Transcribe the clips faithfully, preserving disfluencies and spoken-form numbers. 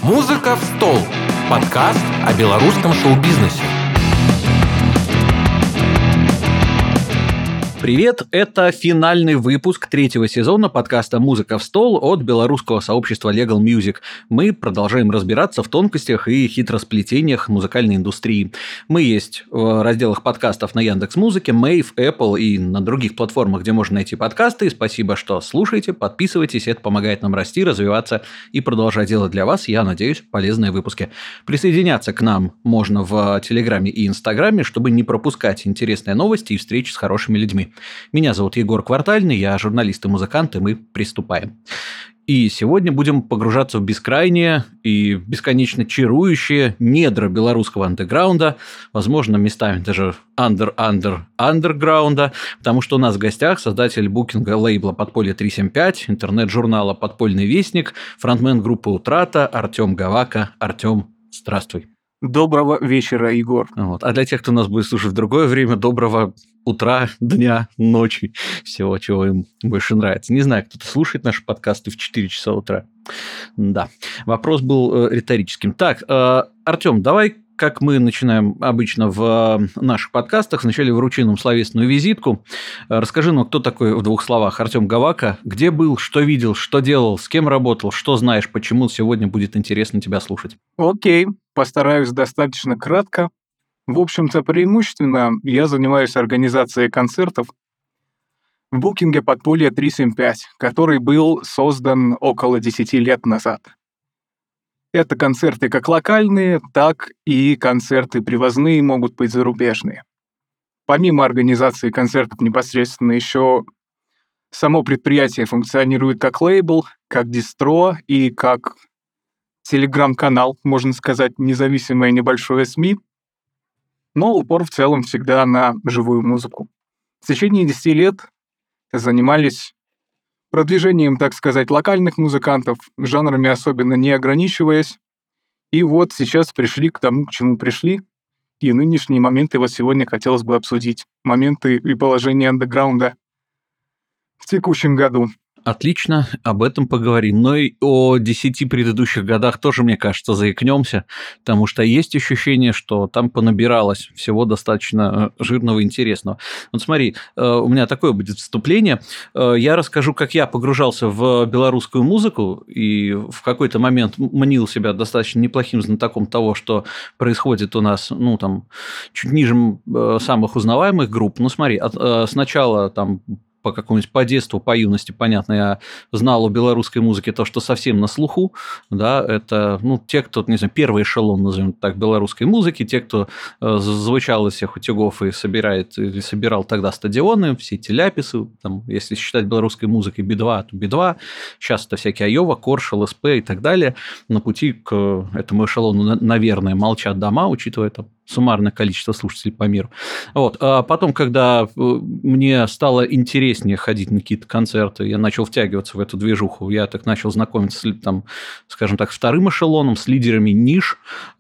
«Музыка в стол» – подкаст о белорусском шоу-бизнесе. Привет, это финальный выпуск третьего сезона подкаста «Музыка в стол» от белорусского сообщества Legal Music. Мы продолжаем разбираться в тонкостях и хитросплетениях музыкальной индустрии. Мы есть в разделах подкастов на Яндекс.Музыке, Мэйв, Apple и на других платформах, где можно найти подкасты. Спасибо, что слушаете, подписывайтесь, это помогает нам расти, развиваться и продолжать делать для вас, я надеюсь, полезные выпуски. Присоединяться к нам можно в Телеграме и Инстаграме, чтобы не пропускать интересные новости и встречи с хорошими людьми. Меня зовут Егор Квартальный, я журналист и музыкант, и мы приступаем. И сегодня будем погружаться в бескрайние и бесконечно чарующие недра белорусского андеграунда, возможно, местами даже андер-андер-андерграунда, потому что у нас в гостях создатель букинга лейбла «Подполье триста семьдесят пять», интернет-журнала «Подпольный вестник», фронтмен группы «Утрата» Артем Гавака. Артем, здравствуй. Доброго вечера, Егор. Вот. А для тех, кто нас будет слушать в другое время, доброго утра, дня, ночи, всего, чего им больше нравится. Не знаю, кто-то слушает наши подкасты в четыре часа утра. Да, вопрос был э, риторическим. Так, э, Артем, давай, как мы начинаем обычно в наших подкастах, вначале вручи нам словесную визитку. Расскажи нам, кто такой в двух словах Артем Гавака, где был, что видел, что делал, с кем работал, что знаешь, почему сегодня будет интересно тебя слушать. Окей, постараюсь достаточно кратко. В общем-то, преимущественно я занимаюсь организацией концертов в букинге «Подполье триста семьдесят пять», который был создан около десяти лет назад. Это концерты как локальные, так и концерты привозные, могут быть зарубежные. Помимо организации концертов непосредственно еще само предприятие функционирует как лейбл, как дистро и как телеграм-канал, можно сказать, независимое небольшое СМИ, но упор в целом всегда на живую музыку. В течение десяти лет занимались продвижением, так сказать, локальных музыкантов, жанрами особенно не ограничиваясь. И вот сейчас пришли к тому, к чему пришли. И нынешние моменты вот сегодня хотелось бы обсудить. Моменты и положение андеграунда в текущем году. Отлично, об этом поговорим. Но и о десяти предыдущих годах тоже, мне кажется, заикнемся, потому что есть ощущение, что там понабиралось всего достаточно жирного и интересного. Вот смотри, у меня такое будет вступление. Я расскажу, как я погружался в белорусскую музыку и в какой-то момент мнил себя достаточно неплохим знатоком того, что происходит у нас, ну, там, чуть ниже самых узнаваемых групп. Ну, смотри, сначала там по какому-нибудь по детству, по юности, понятно, я знал о белорусской музыке то, что совсем на слуху, да, это, ну, те, кто, не знаю, первый эшелон, назовем так, белорусской музыки, те, кто э, звучал из всех утюгов и собирает, или собирал тогда стадионы, все эти ляписы, там, если считать белорусской музыкой би два, то би два, сейчас это всякие Айова, Корж, ЛСП и так далее, на пути к этому эшелону, наверное, молчат дома, учитывая там суммарное количество слушателей по миру. Вот. А потом, когда мне стало интереснее ходить на какие-то концерты, я начал втягиваться в эту движуху, я так начал знакомиться с, там, скажем так, вторым эшелоном, с лидерами ниш.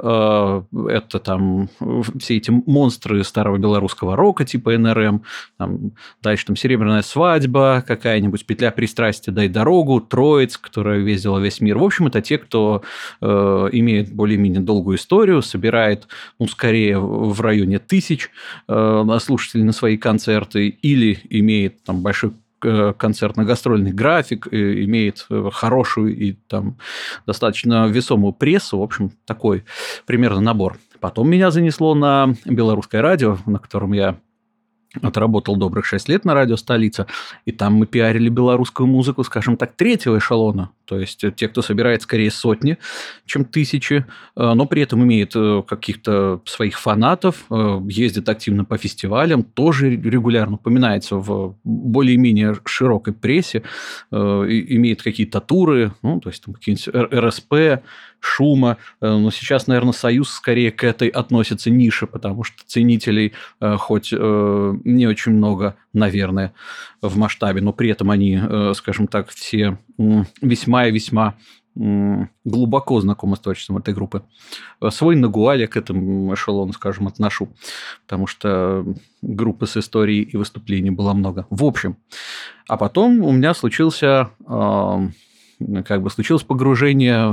Это там все эти монстры старого белорусского рока, типа эн эр эм, там, дальше там «Серебряная свадьба», какая-нибудь «Петля пристрастия», «Дай дорогу», «Троиц», которая ездила весь мир. В общем, это те, кто э, имеет более-менее долгую историю, собирает, ну, скорее, в районе тысяч э, слушателей на свои концерты, или имеет там большой концертно-гастрольный график, имеет хорошую и там достаточно весомую прессу, в общем, такой примерно набор. Потом меня занесло на белорусское радио, на котором я отработал добрых шесть лет на радио «Столица», и там мы пиарили белорусскую музыку, скажем так, третьего эшелона, то есть те, кто собирает скорее сотни, чем тысячи, но при этом имеет каких-то своих фанатов, ездит активно по фестивалям, тоже регулярно упоминается в более-менее широкой прессе, имеет какие-то туры, ну, то есть там какие-нибудь эр эс пэ, Шума, но сейчас, наверное, Союз скорее к этой относится нише, потому что ценителей хоть не очень много, наверное, в масштабе, но при этом они, скажем так, все весьма и весьма глубоко знакомы с творчеством этой группы. Свой Нагуаль я к этому эшелону, скажем, отношу, потому что группы с историей и выступлений было много. В общем, а потом у меня случился... как бы случилось погружение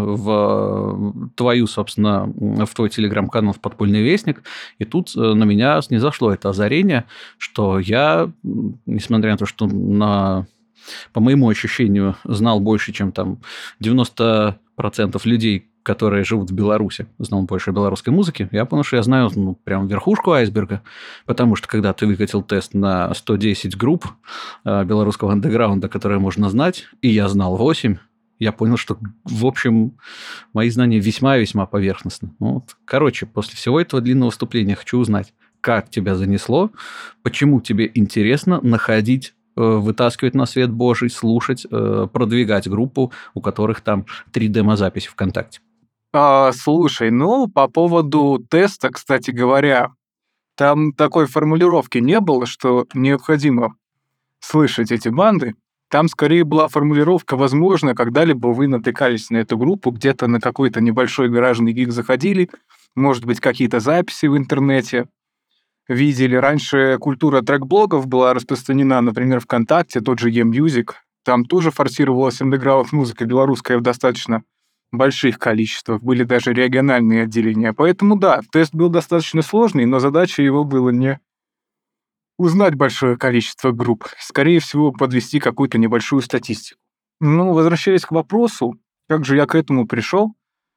в твою, собственно, в твой телеграм-канал в «Подпольный вестник», и тут на меня снизошло это озарение, что я, несмотря на то, что на, по моему ощущению знал больше, чем там девяносто процентов людей, которые живут в Беларуси, знал больше белорусской музыки, я понял, что я знаю ну, прям верхушку айсберга, потому что когда ты выкатил тест на сто десять групп э, белорусского андеграунда, которые можно знать, и я знал восемь, я понял, что, в общем, мои знания весьма-весьма поверхностны. Ну, вот. Короче, после всего этого длинного вступления хочу узнать, как тебя занесло, почему тебе интересно находить, вытаскивать на свет Божий, слушать, продвигать группу, у которых там три демозаписи ВКонтакте. А, слушай, ну, по поводу теста, кстати говоря, там такой формулировки не было, что необходимо слышать эти банды. Там скорее была формулировка, возможно, когда-либо вы натыкались на эту группу, где-то на какой-то небольшой гаражный гиг заходили, может быть, какие-то записи в интернете видели. Раньше культура трек-блогов была распространена, например, ВКонтакте, тот же eMusic. Там тоже форсировалась андеграунд-музыка белорусская в достаточно больших количествах, были даже региональные отделения. Поэтому да, тест был достаточно сложный, но задача его была не узнать большое количество групп, скорее всего, подвести какую-то небольшую статистику. Ну, возвращаясь к вопросу, как же я к этому пришел?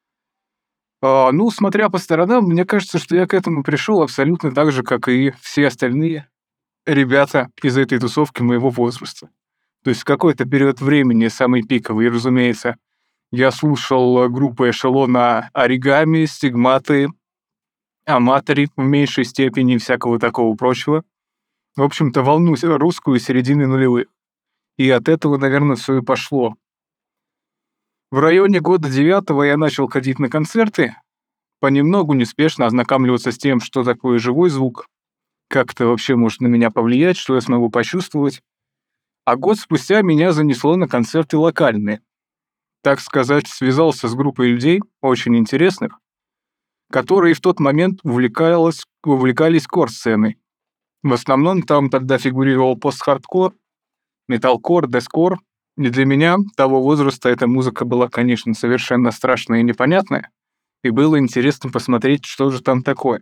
А, ну, смотря по сторонам, мне кажется, что я к этому пришел абсолютно так же, как и все остальные ребята из этой тусовки моего возраста. То есть в какой-то период времени, самый пиковый, разумеется, я слушал группы эшелона «Оригами», «Стигматы», «Аматори» в меньшей степени и всякого такого прочего. В общем-то, волну русскую середины нулевых. И от этого, наверное, все и пошло. В районе года девятого я начал ходить на концерты, понемногу, неспешно ознакомливаться с тем, что такое живой звук, как это вообще может на меня повлиять, что я смогу почувствовать. А год спустя меня занесло на концерты локальные. Так сказать, связался с группой людей, очень интересных, которые в тот момент увлекались, увлекались кор-сценой. В основном там тогда фигурировал пост-хардкор, металкор, дескор. И для меня того возраста эта музыка была, конечно, совершенно страшная и непонятная, и было интересно посмотреть, что же там такое.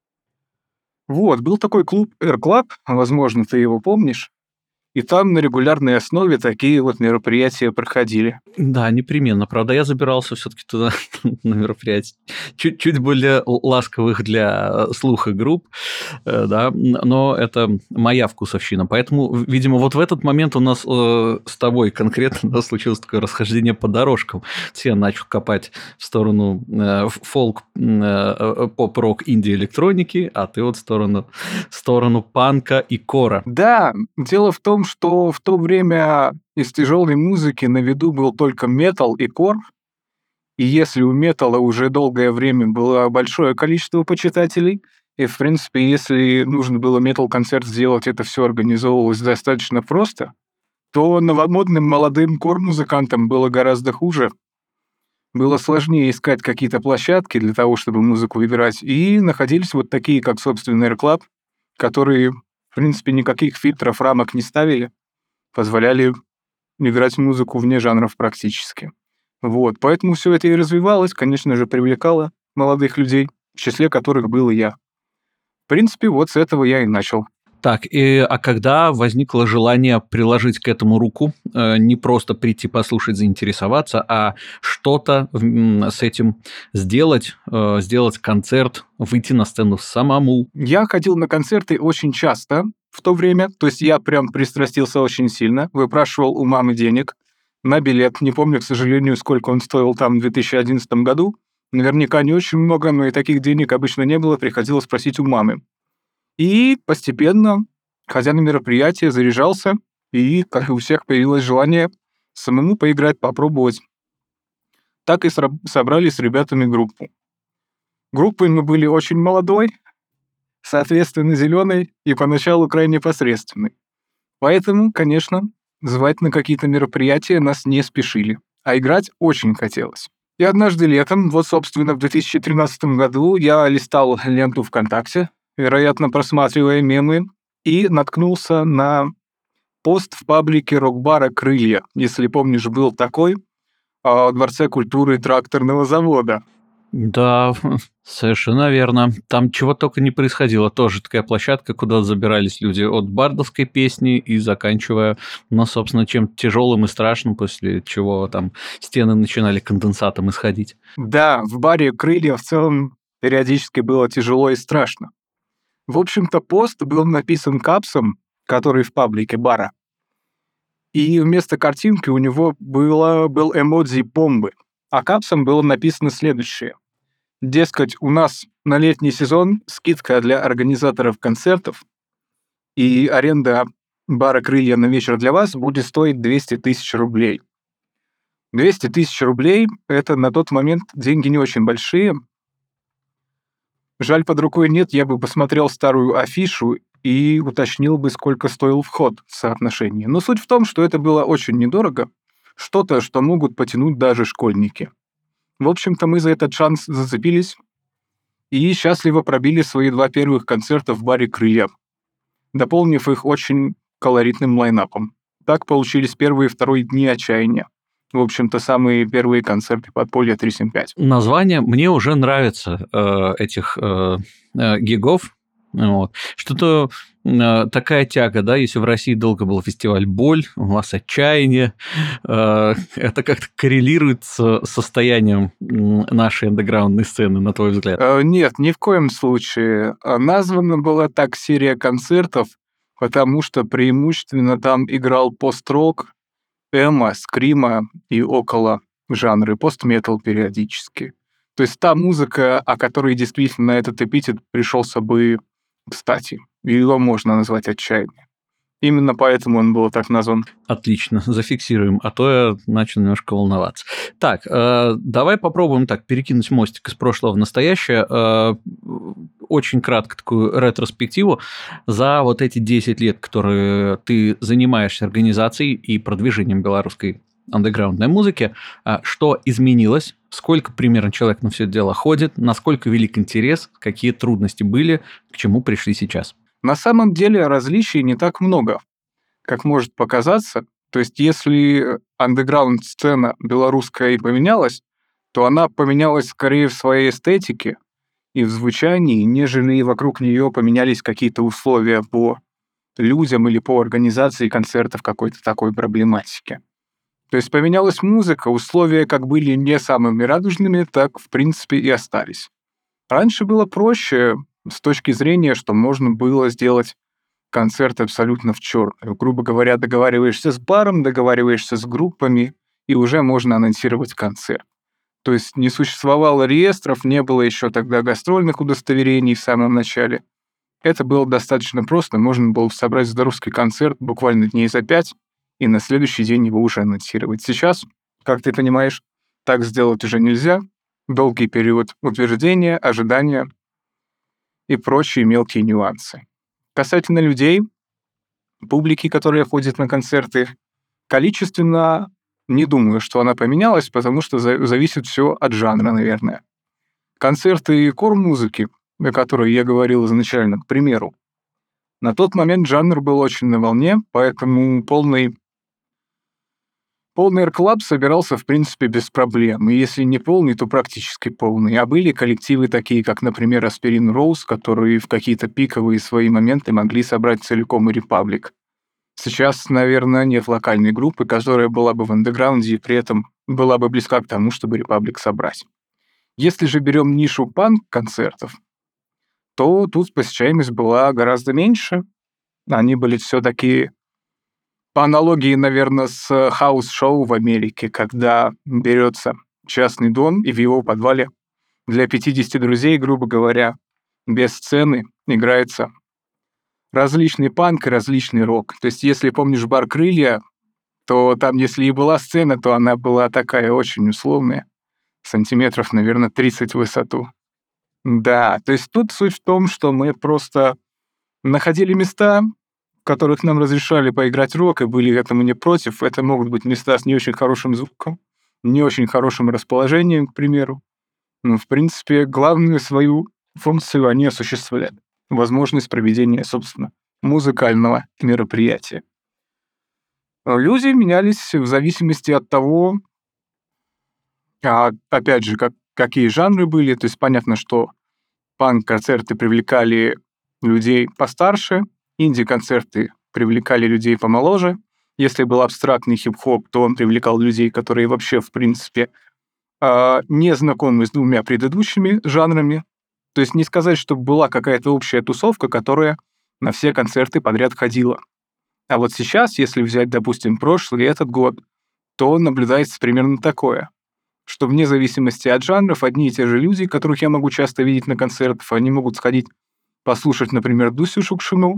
Вот, был такой клуб Air Club, возможно, ты его помнишь, и там на регулярной основе такие вот мероприятия проходили. Да, непременно. Правда, я забирался все-таки туда на мероприятия чуть, чуть более ласковых для слуха групп, да, но это моя вкусовщина. Поэтому, видимо, вот в этот момент у нас э, с тобой конкретно да, случилось такое расхождение по дорожкам. Я начал копать в сторону э, фолк, э, поп-рок, инди-электроники, а ты вот в сторону, в сторону панка и кора. Да, дело в том, что в то время из тяжелой музыки на виду был только метал и кор, и если у металла уже долгое время было большое количество почитателей, и, в принципе, если нужно было метал-концерт сделать, это все организовывалось достаточно просто, то новомодным молодым кор-музыкантам было гораздо хуже. Было сложнее искать какие-то площадки для того, чтобы музыку играть, и находились вот такие, как, собственно, Air Club, которые, в принципе, никаких фильтров, рамок не ставили, позволяли играть музыку вне жанров практически. Вот, поэтому все это и развивалось, конечно же, привлекало молодых людей, в числе которых был и я. В принципе, вот с этого я и начал. Так, и, а когда возникло желание приложить к этому руку, э, не просто прийти послушать, заинтересоваться, а что-то м, с этим сделать, э, сделать концерт, выйти на сцену самому? Я ходил на концерты очень часто в то время, то есть я прям пристрастился очень сильно, выпрашивал у мамы денег на билет. Не помню, к сожалению, сколько он стоил там в две тысячи одиннадцатом году. Наверняка не очень много, но и таких денег обычно не было, приходилось просить у мамы. И постепенно, ходя на мероприятия, заряжался, и, как и у всех, появилось желание самому поиграть, попробовать. Так и собрали с ребятами группу. Группой мы были очень молодой, соответственно, зеленой и поначалу крайне посредственной. Поэтому, конечно, звать на какие-то мероприятия нас не спешили, а играть очень хотелось. И однажды летом, вот, собственно, в две тысячи тринадцатом году я листал ленту ВКонтакте, вероятно, просматривая мемы, и наткнулся на пост в паблике рок-бара «Крылья». Если помнишь, был такой. о Дворце культуры тракторного завода. Да, совершенно верно. Там чего только не происходило. Тоже такая площадка, куда забирались люди от бардовской песни и заканчивая, ну, собственно, чем-то тяжелым и страшным, после чего там стены начинали конденсатом исходить. Да, в баре «Крылья» в целом периодически было тяжело и страшно. В общем-то, пост был написан капсом, который в паблике бара. И вместо картинки у него было, был эмодзи бомбы. А капсом было написано следующее. Дескать, у нас на летний сезон скидка для организаторов концертов, и аренда бара «Крылья» на вечер для вас будет стоить двести тысяч рублей. двести тысяч рублей — это на тот момент деньги не очень большие. Жаль, под рукой нет, я бы посмотрел старую афишу и уточнил бы, сколько стоил вход в соотношении. Но суть в том, что это было очень недорого, что-то, что могут потянуть даже школьники. В общем-то, мы за этот шанс зацепились и счастливо пробили свои два первых концерта в баре «Крылья», дополнив их очень колоритным лайнапом. Так получились первые и второй дни отчаяния. В общем-то, самые первые концерты подполья три семь пять. Название мне уже нравится э, этих э, э, гигов. Вот. Что-то э, такая тяга, да, если в России долго был фестиваль «Боль», у вас отчаяние, э, это как-то коррелирует с состоянием нашей андеграундной сцены, на твой взгляд? Э, нет, ни в коем случае. Названа была так серия концертов, потому что преимущественно там играл пост-рок, эмо, скрима и около жанры, пост-метал периодически. То есть та музыка, о которой действительно этот эпитет пришелся бы кстати. Его можно назвать отчаяние. Именно поэтому он был так назван. Отлично, зафиксируем, а то я начал немножко волноваться. Так, э, давай попробуем так перекинуть мостик из прошлого в настоящее. Э, очень кратко такую ретроспективу. За вот эти десять лет, которые ты занимаешься организацией и продвижением белорусской андеграундной музыки, что изменилось, сколько примерно человек на все это дело ходит, насколько велик интерес, какие трудности были, к чему пришли сейчас? На самом деле различий не так много, как может показаться. То есть если андеграунд-сцена белорусская и поменялась, то она поменялась скорее в своей эстетике и в звучании, нежели вокруг нее поменялись какие-то условия по людям или по организации концертов какой-то такой проблематики. То есть поменялась музыка, условия как были не самыми радужными, так, в принципе, и остались. Раньше было проще с точки зрения, что можно было сделать концерт абсолютно в черную. Грубо говоря, договариваешься с баром, договариваешься с группами, и уже можно анонсировать концерт. То есть не существовало реестров, не было еще тогда гастрольных удостоверений в самом начале. Это было достаточно просто, можно было собрать здоровский концерт буквально дней за пять, и на следующий день его уже анонсировать. Сейчас, как ты понимаешь, так сделать уже нельзя. Долгий период утверждения, ожидания и прочие мелкие нюансы. Касательно людей, публики, которая ходит на концерты, количественно не думаю, что она поменялась, потому что зависит все от жанра, наверное. Концерты кор-музыки, о которой я говорил изначально, к примеру, на тот момент жанр был очень на волне, поэтому полный Полный R-Club собирался, в принципе, без проблем. И если не полный, то практически полный. А были коллективы такие, как, например, Aspirin Rose, которые в какие-то пиковые свои моменты могли собрать целиком и Republic. Сейчас, наверное, нет локальной группы, которая была бы в андеграунде и при этом была бы близка к тому, чтобы Republic собрать. Если же берем нишу панк-концертов, то тут посещаемость была гораздо меньше. Они были все-таки по аналогии, наверное, с хаус-шоу в Америке, когда берется частный дом, и в его подвале для пятидесяти друзей, грубо говоря, без сцены играется различный панк и различный рок. То есть, если помнишь бар «Крылья», то там, если и была сцена, то она была такая очень условная, сантиметров, наверное, тридцать в высоту. Да, то есть тут суть в том, что мы просто находили места, в которых нам разрешали поиграть рок, и были этому не против. Это могут быть места с не очень хорошим звуком, не очень хорошим расположением, к примеру. Но, в принципе, главную свою функцию они осуществляли. Возможность проведения, собственно, музыкального мероприятия. Люди менялись в зависимости от того, А опять же, как, какие жанры были? То есть понятно, что панк-концерты привлекали людей постарше, инди-концерты привлекали людей помоложе. Если был абстрактный хип-хоп, то он привлекал людей, которые вообще, в принципе, а, не знакомы с двумя предыдущими жанрами. То есть не сказать, что была какая-то общая тусовка, которая на все концерты подряд ходила. А вот сейчас, если взять, допустим, прошлый и этот год, то наблюдается примерно такое, что вне зависимости от жанров одни и те же люди, которых я могу часто видеть на концертах, они могут сходить послушать, например, Дусю Шукшину,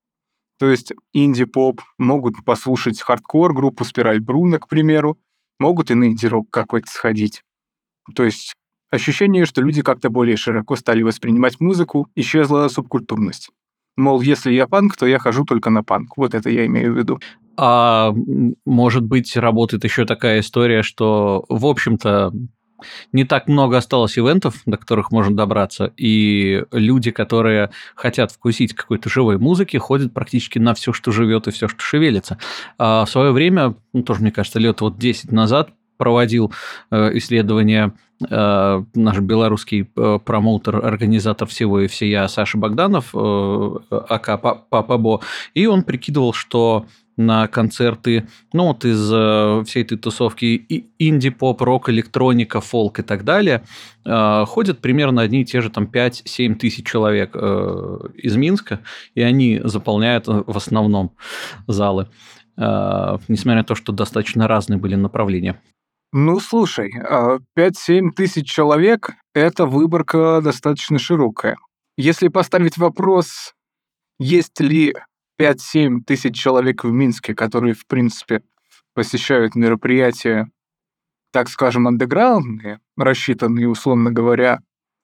то есть инди-поп, могут послушать хардкор, группу Спираль Бруно, к примеру, могут и на инди-рок какой-то сходить. То есть ощущение, что люди как-то более широко стали воспринимать музыку, исчезла субкультурность. Мол, если я панк, то я хожу только на панк. Вот это я имею в виду. А может быть, работает еще такая история, что, в общем-то, не так много осталось ивентов, до которых можно добраться, и люди, которые хотят вкусить какой-то живой музыки, ходят практически на все, что живет и все, что шевелится. А в свое время, ну, тоже, мне кажется, лет вот десять назад проводил э, исследование э, наш белорусский э, промоутер, организатор всего и всея Саша Богданов, э, ака Папа Бо, и он прикидывал, что на концерты, ну вот из э, всей этой тусовки и инди-поп, рок, электроника, фолк и так далее, э, ходят примерно одни и те же там пять-семь тысяч человек э, из Минска, и они заполняют в основном залы, э, несмотря на то, что достаточно разные были направления. Ну, слушай, пять-семь тысяч человек — это выборка достаточно широкая. Если поставить вопрос, есть ли пять-семь тысяч человек в Минске, которые, в принципе, посещают мероприятия, так скажем, андеграундные, рассчитанные, условно говоря,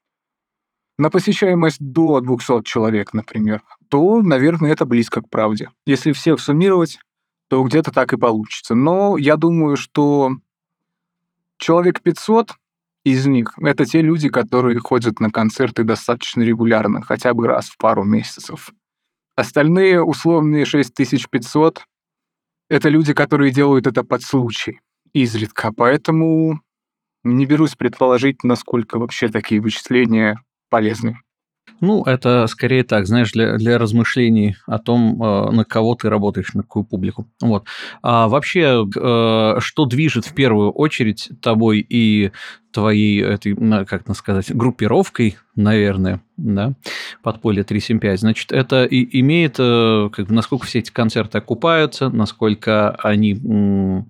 на посещаемость до двухсот человек, например, то, наверное, это близко к правде. Если всех суммировать, то где-то так и получится. Но я думаю, что человек пятьсот из них — это те люди, которые ходят на концерты достаточно регулярно, хотя бы раз в пару месяцев. Остальные условные шесть тысяч пятьсот — это люди, которые делают это под случай, изредка. Поэтому не берусь предположить, насколько вообще такие вычисления полезны. Ну, это скорее так, знаешь, для, для размышлений о том, на кого ты работаешь, на какую публику. Вот. А вообще, что движет в первую очередь тобой и твоей, этой, как это сказать, группировкой, наверное, да, подполье триста семьдесят пять, значит, это и имеет, как бы, насколько все эти концерты окупаются, насколько они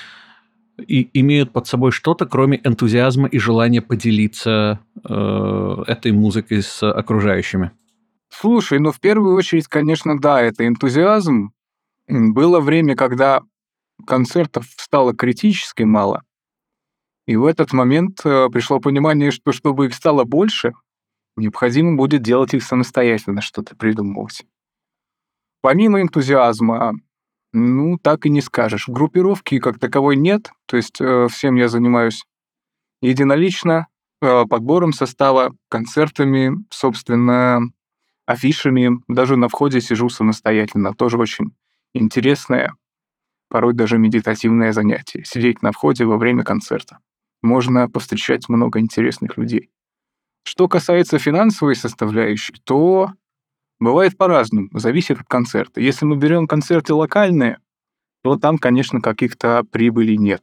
и имеют под собой что-то, кроме энтузиазма и желания поделиться э, этой музыкой с окружающими? Слушай, ну в первую очередь, конечно, да, это энтузиазм. Было время, когда концертов стало критически мало, и в этот момент э, пришло понимание, что чтобы их стало больше, необходимо будет делать их самостоятельно, что-то придумывать. Помимо энтузиазма, ну, так и не скажешь. Группировки как таковой нет, то есть э, всем я занимаюсь единолично, э, подбором состава, концертами, собственно, афишами, даже на входе сижу самостоятельно. Тоже очень интересное, порой даже медитативное занятие. Сидеть на входе во время концерта. Можно повстречать много интересных людей. Что касается финансовой составляющей, то бывает по-разному, зависит от концерта. Если мы берем концерты локальные, то там, конечно, каких-то прибылей нет.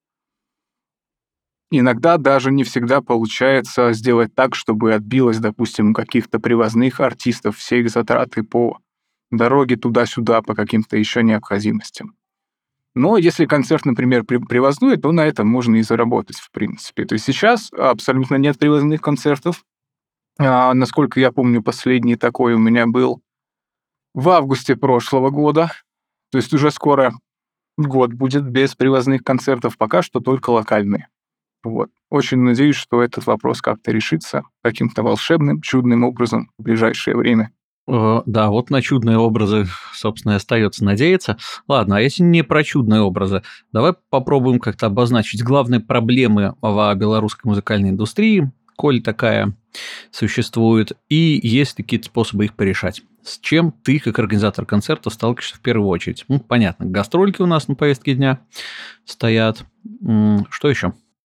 Иногда даже не всегда получается сделать так, чтобы отбилось, допустим, у каких-то привозных артистов все их затраты по дороге туда-сюда, по каким-то еще необходимостям. Но если концерт, например, привозной, то на этом можно и заработать, в принципе. То есть сейчас абсолютно нет привозных концертов. А, насколько я помню, последний такой у меня был в августе прошлого года. То есть уже скоро год будет без привозных концертов, пока что только локальные. Вот. Очень надеюсь, что этот вопрос как-то решится каким-то волшебным, чудным образом в ближайшее время. Да, вот на чудные образы, собственно, и остается надеяться. Ладно, а если не про чудные образы, давай попробуем как-то обозначить главные проблемы в белорусской музыкальной индустрии, коль такая существует, и есть ли какие-то способы их порешать. С чем ты, как организатор концерта, сталкиваешься в первую очередь? Ну, понятно, гастрольки у нас на повестке дня стоят. Что еще?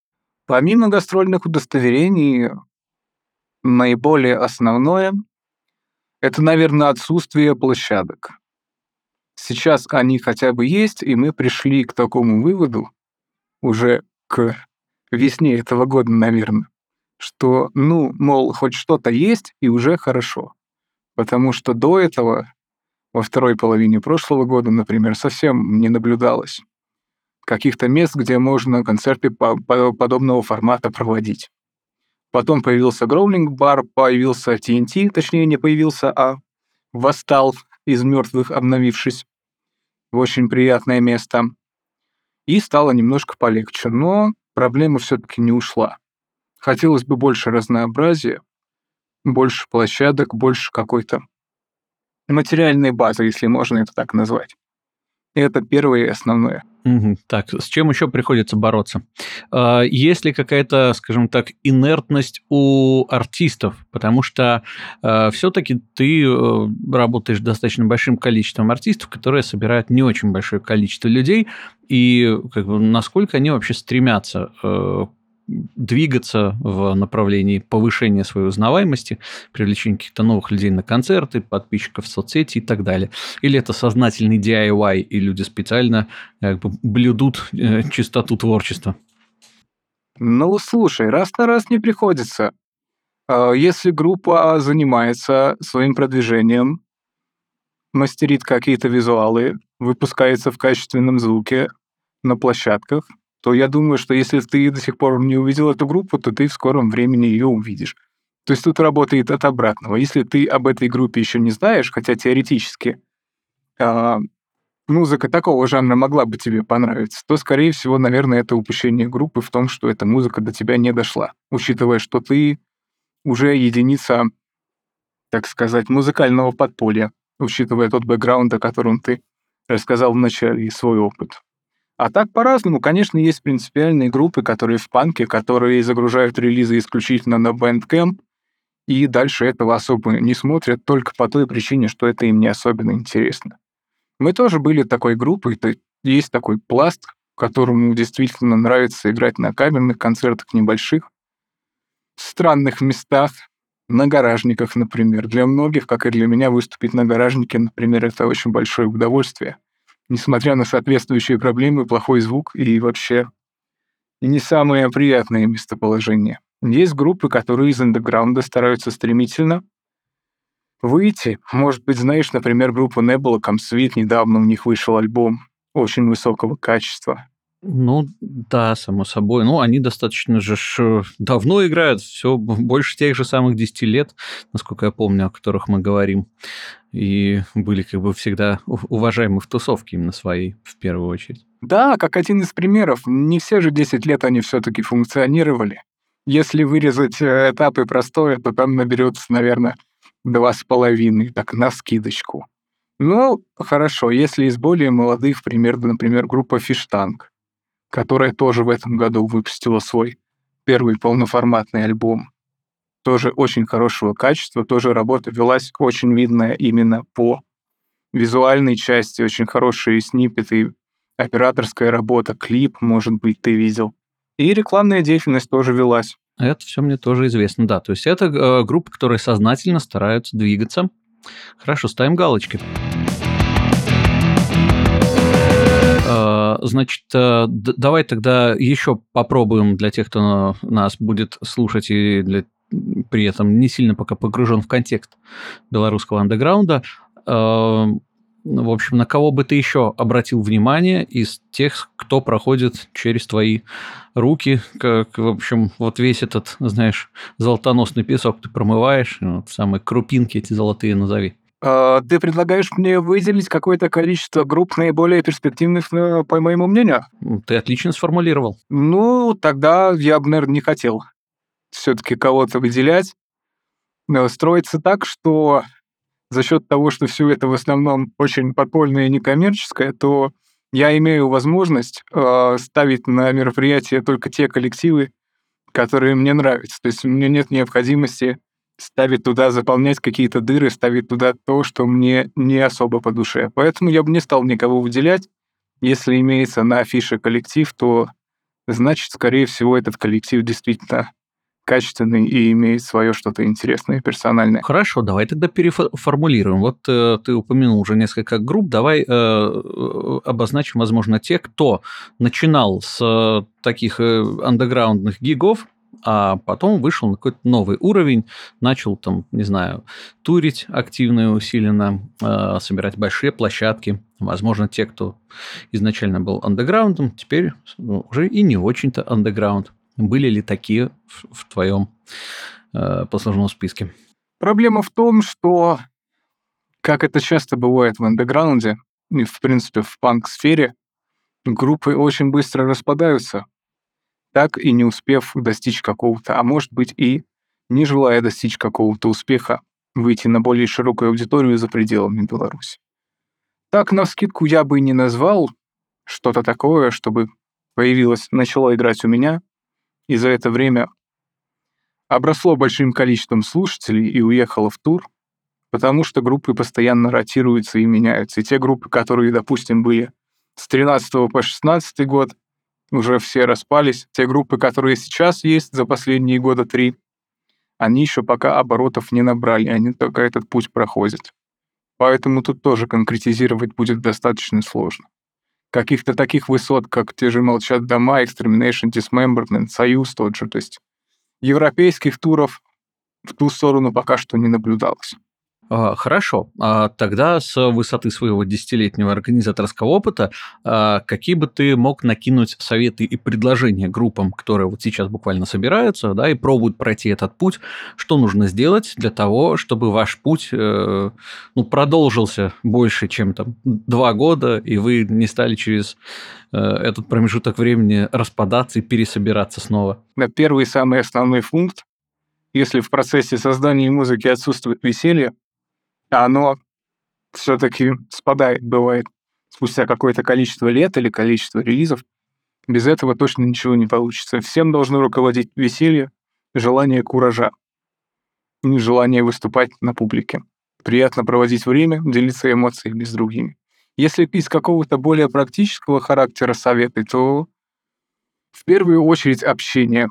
Помимо гастрольных удостоверений, наиболее основное– это, наверное, отсутствие площадок. Сейчас они хотя бы есть, и мы пришли к такому выводу уже к весне этого года, наверное, что, ну, мол, хоть что-то есть, и уже хорошо. Потому что до этого, во второй половине прошлого года, например, совсем не наблюдалось каких-то мест, где можно концерты по- по- подобного формата проводить. Потом появился Гроулинг-бар, появился ти эн ти, точнее, не появился, а восстал из мертвых, обновившись в очень приятное место. И стало немножко полегче, но проблема все-таки не ушла. Хотелось бы больше разнообразия, больше площадок, больше какой-то материальной базы, если можно это так назвать. И это первое и основное. Мгм. Так, с чем еще приходится бороться? А, Есть ли какая-то, скажем так, инертность у артистов? Потому что все-таки ты э, работаешь с достаточно большим количеством артистов, которые собирают не очень большое количество людей, и как бы, насколько они вообще стремятся э, двигаться в направлении повышения своей узнаваемости, привлечения каких-то новых людей на концерты, подписчиков в соцсети и так далее. Или это сознательный ди ай вай, и люди специально как бы блюдут э, чистоту творчества. Ну, слушай, раз на раз не приходится. А, Если группа занимается своим продвижением, мастерит какие-то визуалы, выпускается в качественном звуке на площадках, то я думаю, что если ты до сих пор не увидел эту группу, то ты в скором времени ее увидишь. То есть тут работает от обратного. Если ты об этой группе еще не знаешь, хотя теоретически а, музыка такого жанра могла бы тебе понравиться, то, скорее всего, наверное, это упущение группы в том, что эта музыка до тебя не дошла, учитывая, что ты уже единица, так сказать, музыкального подполья, учитывая тот бэкграунд, о котором ты рассказал в начале, и свой опыт. А так по-разному. Конечно, есть принципиальные группы, которые в панке, которые загружают релизы исключительно на Bandcamp, и дальше этого особо не смотрят только по той причине, что это им не особенно интересно. Мы тоже были такой группой, то есть такой пласт, которому действительно нравится играть на камерных концертах небольших, в странных местах, на гаражниках, например. Для многих, как и для меня, выступить на гаражнике, например, это очень большое удовольствие. Несмотря на соответствующие проблемы, плохой звук и вообще не самое приятное местоположение. Есть группы, которые из андеграунда стараются стремительно выйти. Может быть, знаешь, например, группу Nebula, Comsweet, недавно у них вышел альбом очень высокого качества. Ну, да, само собой. Ну, они достаточно же ж давно играют, все больше тех же самых десяти лет, насколько я помню, о которых мы говорим. И были как бы всегда у- уважаемы в тусовке именно своей, в первую очередь. Да, как один из примеров, не все же десять лет они все-таки функционировали. Если вырезать э, этапы простоя, то там наберется, наверное, два с половиной, так, на скидочку. Ну, хорошо, если из более молодых, примерно, например, группа Фиштанг, которая тоже в этом году выпустила свой первый полноформатный альбом, тоже очень хорошего качества, тоже работа велась очень видная именно по визуальной части, очень хорошие сниппеты, операторская работа, клип, может быть, ты видел. И рекламная деятельность тоже велась. Это все мне тоже известно, да. То есть это э, группы, которые сознательно стараются двигаться. Хорошо, ставим галочки. Э, Значит, э, д- давай тогда еще попробуем для тех, кто нас будет слушать и для- при этом не сильно пока погружен в контекст белорусского андеграунда. Э, В общем, на кого бы ты еще обратил внимание из тех, кто проходит через твои руки, как, в общем, вот весь этот, знаешь, золотоносный песок ты промываешь, вот самые крупинки эти золотые назови. А, Ты предлагаешь мне выделить какое-то количество групп наиболее перспективных, э, по моему мнению? М, Ты отлично сформулировал. Ну, тогда я бы, наверное, не хотел все-таки кого-то выделять. Но строится так, что за счет того, что все это в основном очень подпольное и некоммерческое, то я имею возможность э, ставить на мероприятия только те коллективы, которые мне нравятся. То есть у меня нет необходимости ставить туда, заполнять какие-то дыры, ставить туда то, что мне не особо по душе. Поэтому я бы не стал никого выделять. Если имеется на афише коллектив, то значит, скорее всего, этот коллектив действительно качественный и имеет свое что-то интересное, персональное. Хорошо, давай тогда переформулируем. Вот э, ты упомянул уже несколько групп. Давай э, обозначим, возможно, те, кто начинал с э, таких э, андеграундных гигов, а потом вышел на какой-то новый уровень, начал там, не знаю, турить активно и усиленно, э, собирать большие площадки. Возможно, те, кто изначально был андеграундом, теперь ну, уже и не очень-то андеграунд. Были ли такие в, в твоем э, послужном списке? Проблема в том, что, как это часто бывает в андеграунде, и, в принципе, в панк-сфере, группы очень быстро распадаются, так и не успев достичь какого-то, а может быть и не желая достичь какого-то успеха, выйти на более широкую аудиторию за пределами Беларуси. Так, навскидку, я бы не назвал что-то такое, чтобы появилось, начало играть у меня, и за это время обросло большим количеством слушателей и уехало в тур, потому что группы постоянно ротируются и меняются. И те группы, которые, допустим, были с тринадцатого по шестнадцатый год, уже все распались. Те группы, которые сейчас есть за последние года три, они еще пока оборотов не набрали, они только этот путь проходят. Поэтому тут тоже конкретизировать будет достаточно сложно. Каких-то таких высот, как те же «Молчат дома», «Extermination», «Dismemberment», «Союз» тот же, то есть европейских туров в ту сторону пока что не наблюдалось. Хорошо. Тогда с высоты своего десятилетнего организаторского опыта какие бы ты мог накинуть советы и предложения группам, которые вот сейчас буквально собираются, да, и пробуют пройти этот путь, что нужно сделать для того, чтобы ваш путь ну, продолжился больше, чем там два года, и вы не стали через этот промежуток времени распадаться и пересобираться снова? На первый самый основной пункт, если в процессе создания музыки отсутствует веселье, оно все-таки спадает, бывает, спустя какое-то количество лет или количество релизов. Без этого точно ничего не получится. Всем должно руководить веселье, желание куража, и желание выступать на публике. Приятно проводить время, делиться эмоциями с другими. Если из какого-то более практического характера советы, то в первую очередь общение.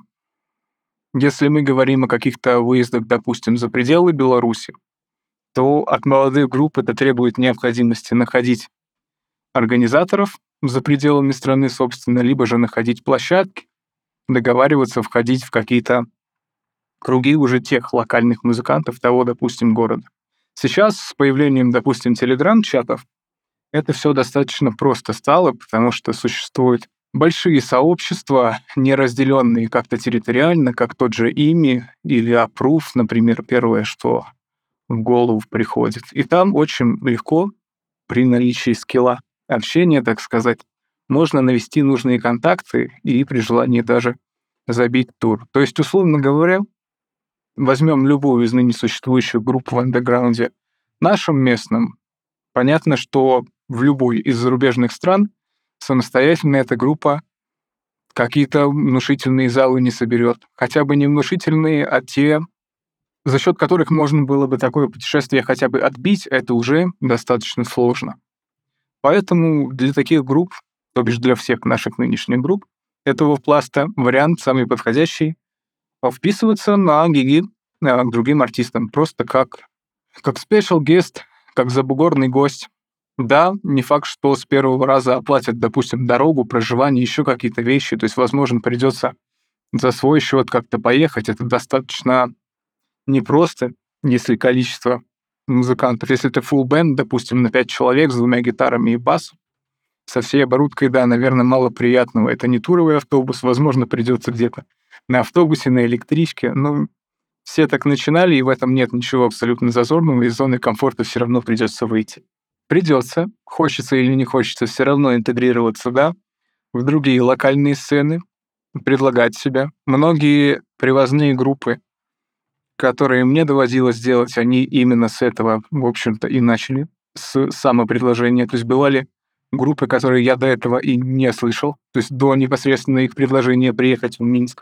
Если мы говорим о каких-то выездах, допустим, за пределы Беларуси, то от молодых групп это требует необходимости находить организаторов за пределами страны, собственно, либо же находить площадки, договариваться, входить в какие-то круги уже тех локальных музыкантов того, допустим, города. Сейчас с появлением, допустим, телеграм-чатов это все достаточно просто стало, потому что существуют большие сообщества, не разделенные как-то территориально, как тот же ИМИ или Аппрув, например, первое, что в голову приходит. И там очень легко, при наличии скилла общения, так сказать, можно навести нужные контакты и при желании даже забить тур. То есть, условно говоря, возьмем любую из ныне существующих групп в андеграунде нашем местном, понятно, что в любой из зарубежных стран самостоятельно эта группа какие-то внушительные залы не соберет. Хотя бы не внушительные, а те, за счет которых можно было бы такое путешествие хотя бы отбить, это уже достаточно сложно. Поэтому для таких групп, то бишь для всех наших нынешних групп, этого пласта вариант самый подходящий — вписываться на гиги к другим артистам, просто как, как special guest, как забугорный гость. Да, не факт, что с первого раза оплатят, допустим, дорогу, проживание, еще какие-то вещи, то есть, возможно, придется за свой счет как-то поехать. Это достаточно непросто, если количество музыкантов. Если это full band, допустим, на пять человек с двумя гитарами и басом, со всей оборудкой, да, наверное, мало приятного. Это не туровый автобус, возможно, придется где-то на автобусе, на электричке. Ну, все так начинали, и в этом нет ничего абсолютно зазорного, из зоны комфорта все равно придется выйти. Придется, хочется или не хочется, все равно интегрироваться, да, в другие локальные сцены, предлагать себя. Многие привозные группы, которые мне доводилось делать, они именно с этого, в общем-то, и начали, с самопредложения. То есть бывали группы, которые я до этого и не слышал, то есть до непосредственно их предложения приехать в Минск.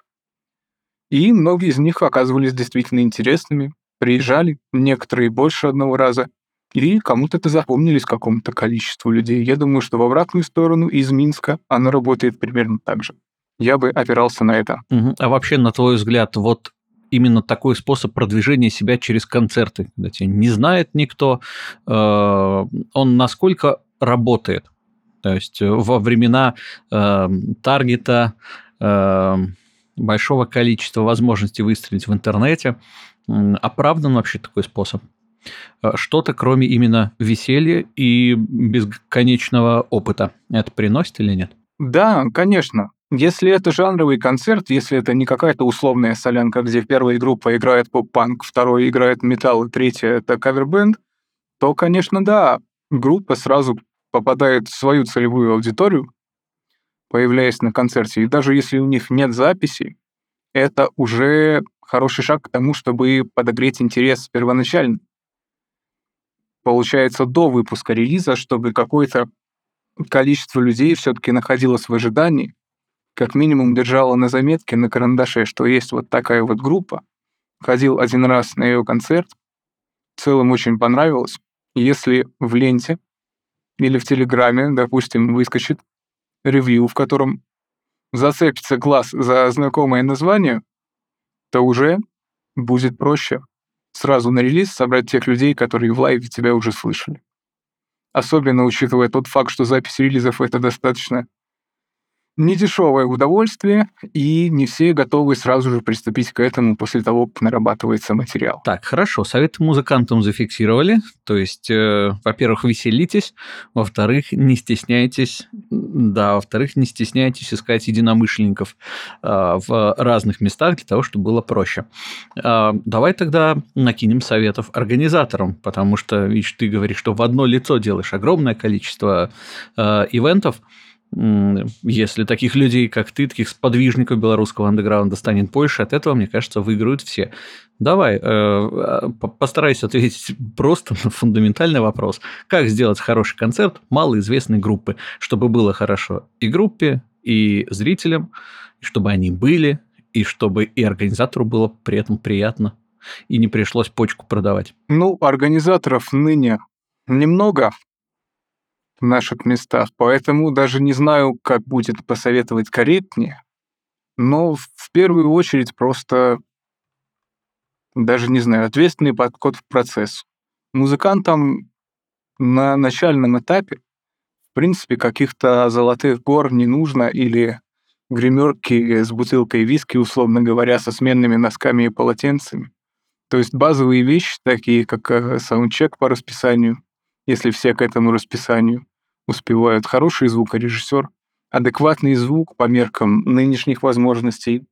И многие из них оказывались действительно интересными, приезжали, некоторые больше одного раза, и кому-то это запомнились какому-то количеству людей. Я думаю, что в обратную сторону из Минска оно работает примерно так же. Я бы опирался на это. Мгм. А вообще, на твой взгляд, вот именно такой способ продвижения себя через концерты, когда тебя не знает никто, э, он насколько работает? То есть э, во времена э, таргета, э, большого количества возможностей выстрелить в интернете, м, оправдан вообще такой способ? Э, Что-то, кроме именно веселья и бесконечного опыта, это приносит или нет? Да, конечно. Если это жанровый концерт, если это не какая-то условная солянка, где первая группа играет поп-панк, второй играет металл, и третья — это кавербэнд, то, конечно, да, группа сразу попадает в свою целевую аудиторию, появляясь на концерте. И даже если у них нет записи, это уже хороший шаг к тому, чтобы подогреть интерес первоначально. Получается, до выпуска релиза, чтобы какое-то количество людей все таки находилось в ожидании, как минимум держало на заметке, на карандаше, что есть вот такая вот группа. Ходил один раз на ее концерт, в целом очень понравилось. Если в ленте или в Телеграме, допустим, выскочит ревью, в котором зацепится глаз за знакомое название, то уже будет проще сразу на релиз собрать тех людей, которые в лайве тебя уже слышали. Особенно учитывая тот факт, что запись релизов — это достаточно недешевое удовольствие, и не все готовы сразу же приступить к этому после того, как нарабатывается материал. Так, хорошо, советы музыкантам зафиксировали. То есть, э, во-первых, веселитесь, во-вторых, не стесняйтесь, м, да, во-вторых, не стесняйтесь искать единомышленников а, в разных местах для того, чтобы было проще. А, давай тогда накинем советов организаторам, потому что, видишь, ты говоришь, что в одно лицо делаешь огромное количество а, ивентов. М, Если таких людей, как ты, таких сподвижников белорусского андеграунда станет больше, от этого, мне кажется, выиграют все. Давай, э, по- постарайся ответить просто на фундаментальный вопрос. Как сделать хороший концерт малоизвестной группы, чтобы было хорошо и группе, и зрителям, и чтобы они были, и чтобы и организатору было при этом приятно, и не пришлось почку продавать. Ну, организаторов ныне немного в наших местах, поэтому даже не знаю, как будет посоветовать корректнее, но в первую очередь просто, даже не знаю, ответственный подход к процессу. Музыкантам на начальном этапе, в принципе, каких-то золотых гор не нужно или гримерки с бутылкой виски, условно говоря, со сменными носками и полотенцами. То есть базовые вещи, такие как э, саундчек по расписанию, если все к этому расписанию успевают, хороший звукорежиссер, адекватный звук по меркам нынешних возможностей.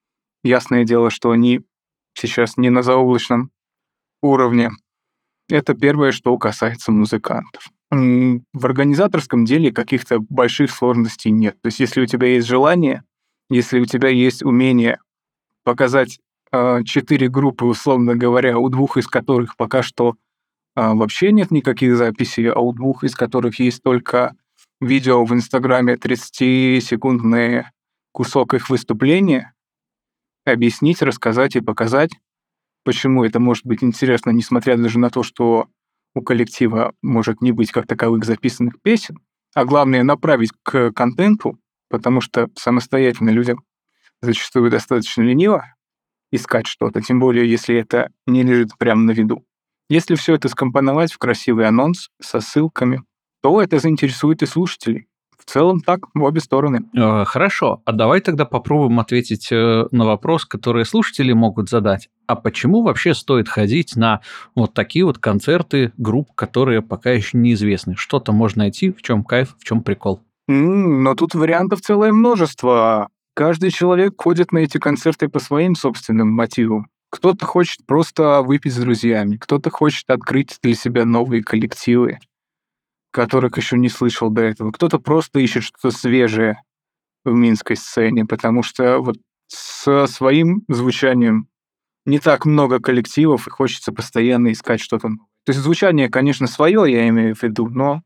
Ясное дело, что они сейчас не на заоблачном уровне. Это первое, что касается музыкантов. М, В организаторском деле каких-то больших сложностей нет. То есть если у тебя есть желание, если у тебя есть умение показать а, четыре группы, условно говоря, у двух из которых пока что а, вообще нет никаких записей, а у двух из которых есть только видео в Инстаграме, тридцатисекундный кусок их выступления, объяснить, рассказать и показать, почему это может быть интересно, несмотря даже на то, что у коллектива может не быть как таковых записанных песен, а главное направить к контенту, потому что самостоятельно людям зачастую достаточно лениво искать что-то, тем более если это не лежит прямо на виду. Если все это скомпоновать в красивый анонс со ссылками, то это заинтересует и слушателей. В целом так, в обе стороны. Э, Хорошо, а давай тогда попробуем ответить э, на вопрос, который слушатели могут задать. А почему вообще стоит ходить на вот такие вот концерты групп, которые пока еще неизвестны? Что-то можно найти, в чем кайф, в чем прикол? М, Но тут вариантов целое множество. Каждый человек ходит на эти концерты по своим собственным мотивам. Кто-то хочет просто выпить с друзьями, кто-то хочет открыть для себя новые коллективы, которых еще не слышал до этого. Кто-то просто ищет что-то свежее в минской сцене, потому что вот со своим звучанием не так много коллективов, и хочется постоянно искать что-то новое. То есть звучание, конечно, свое, я имею в виду, но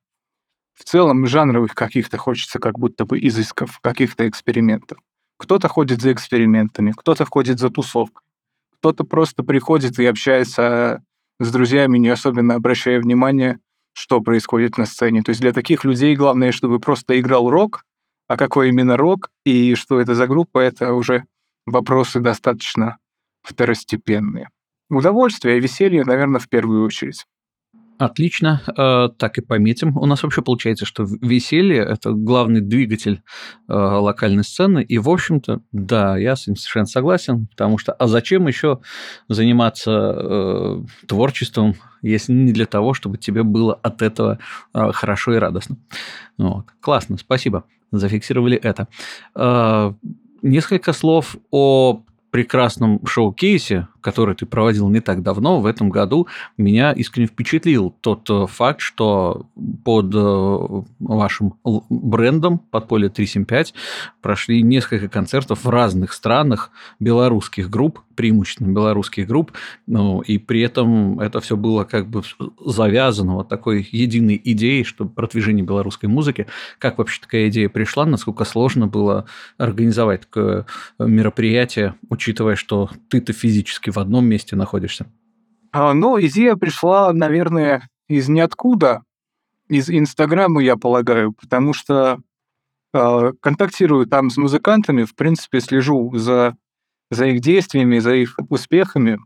в целом жанровых каких-то хочется как будто бы изысков, каких-то экспериментов. Кто-то ходит за экспериментами, кто-то ходит за тусовкой, кто-то просто приходит и общается с друзьями, не особенно обращая внимание, что происходит на сцене. То есть для таких людей главное, чтобы просто играл рок, А какой именно рок и что это за группа, это уже вопросы достаточно второстепенные. Удовольствие и веселье, наверное, в первую очередь. Отлично, э, так и пометим. У нас вообще получается, что в- веселье – это главный двигатель э, локальной сцены. И, в общем-то, да, я с этим совершенно согласен, потому что а зачем еще заниматься э, творчеством, если не для того, чтобы тебе было от этого э, хорошо и радостно? Вот. Классно, спасибо, зафиксировали это. Э, Несколько слов о прекрасном шоу-кейсе, который ты проводил не так давно, в этом году, меня искренне впечатлил тот э, факт, что под э, вашим л- брендом «Подполье триста семьдесят пять» прошли несколько концертов в разных странах белорусских групп, преимущественно белорусских групп, ну, и при этом это все было как бы завязано вот такой единой идеей, что продвижение белорусской музыки. Как вообще такая идея пришла, насколько сложно было организовать такое мероприятие, учитывая, что ты-то физически в одном месте находишься? А, ну, идея пришла, наверное, из ниоткуда, из Инстаграма, я полагаю, потому что а, контактирую там с музыкантами, в принципе, слежу за, за их действиями, за их успехами,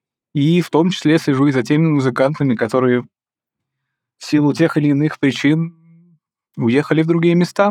и в том числе слежу и за теми музыкантами, которые в силу тех или иных причин уехали в другие места.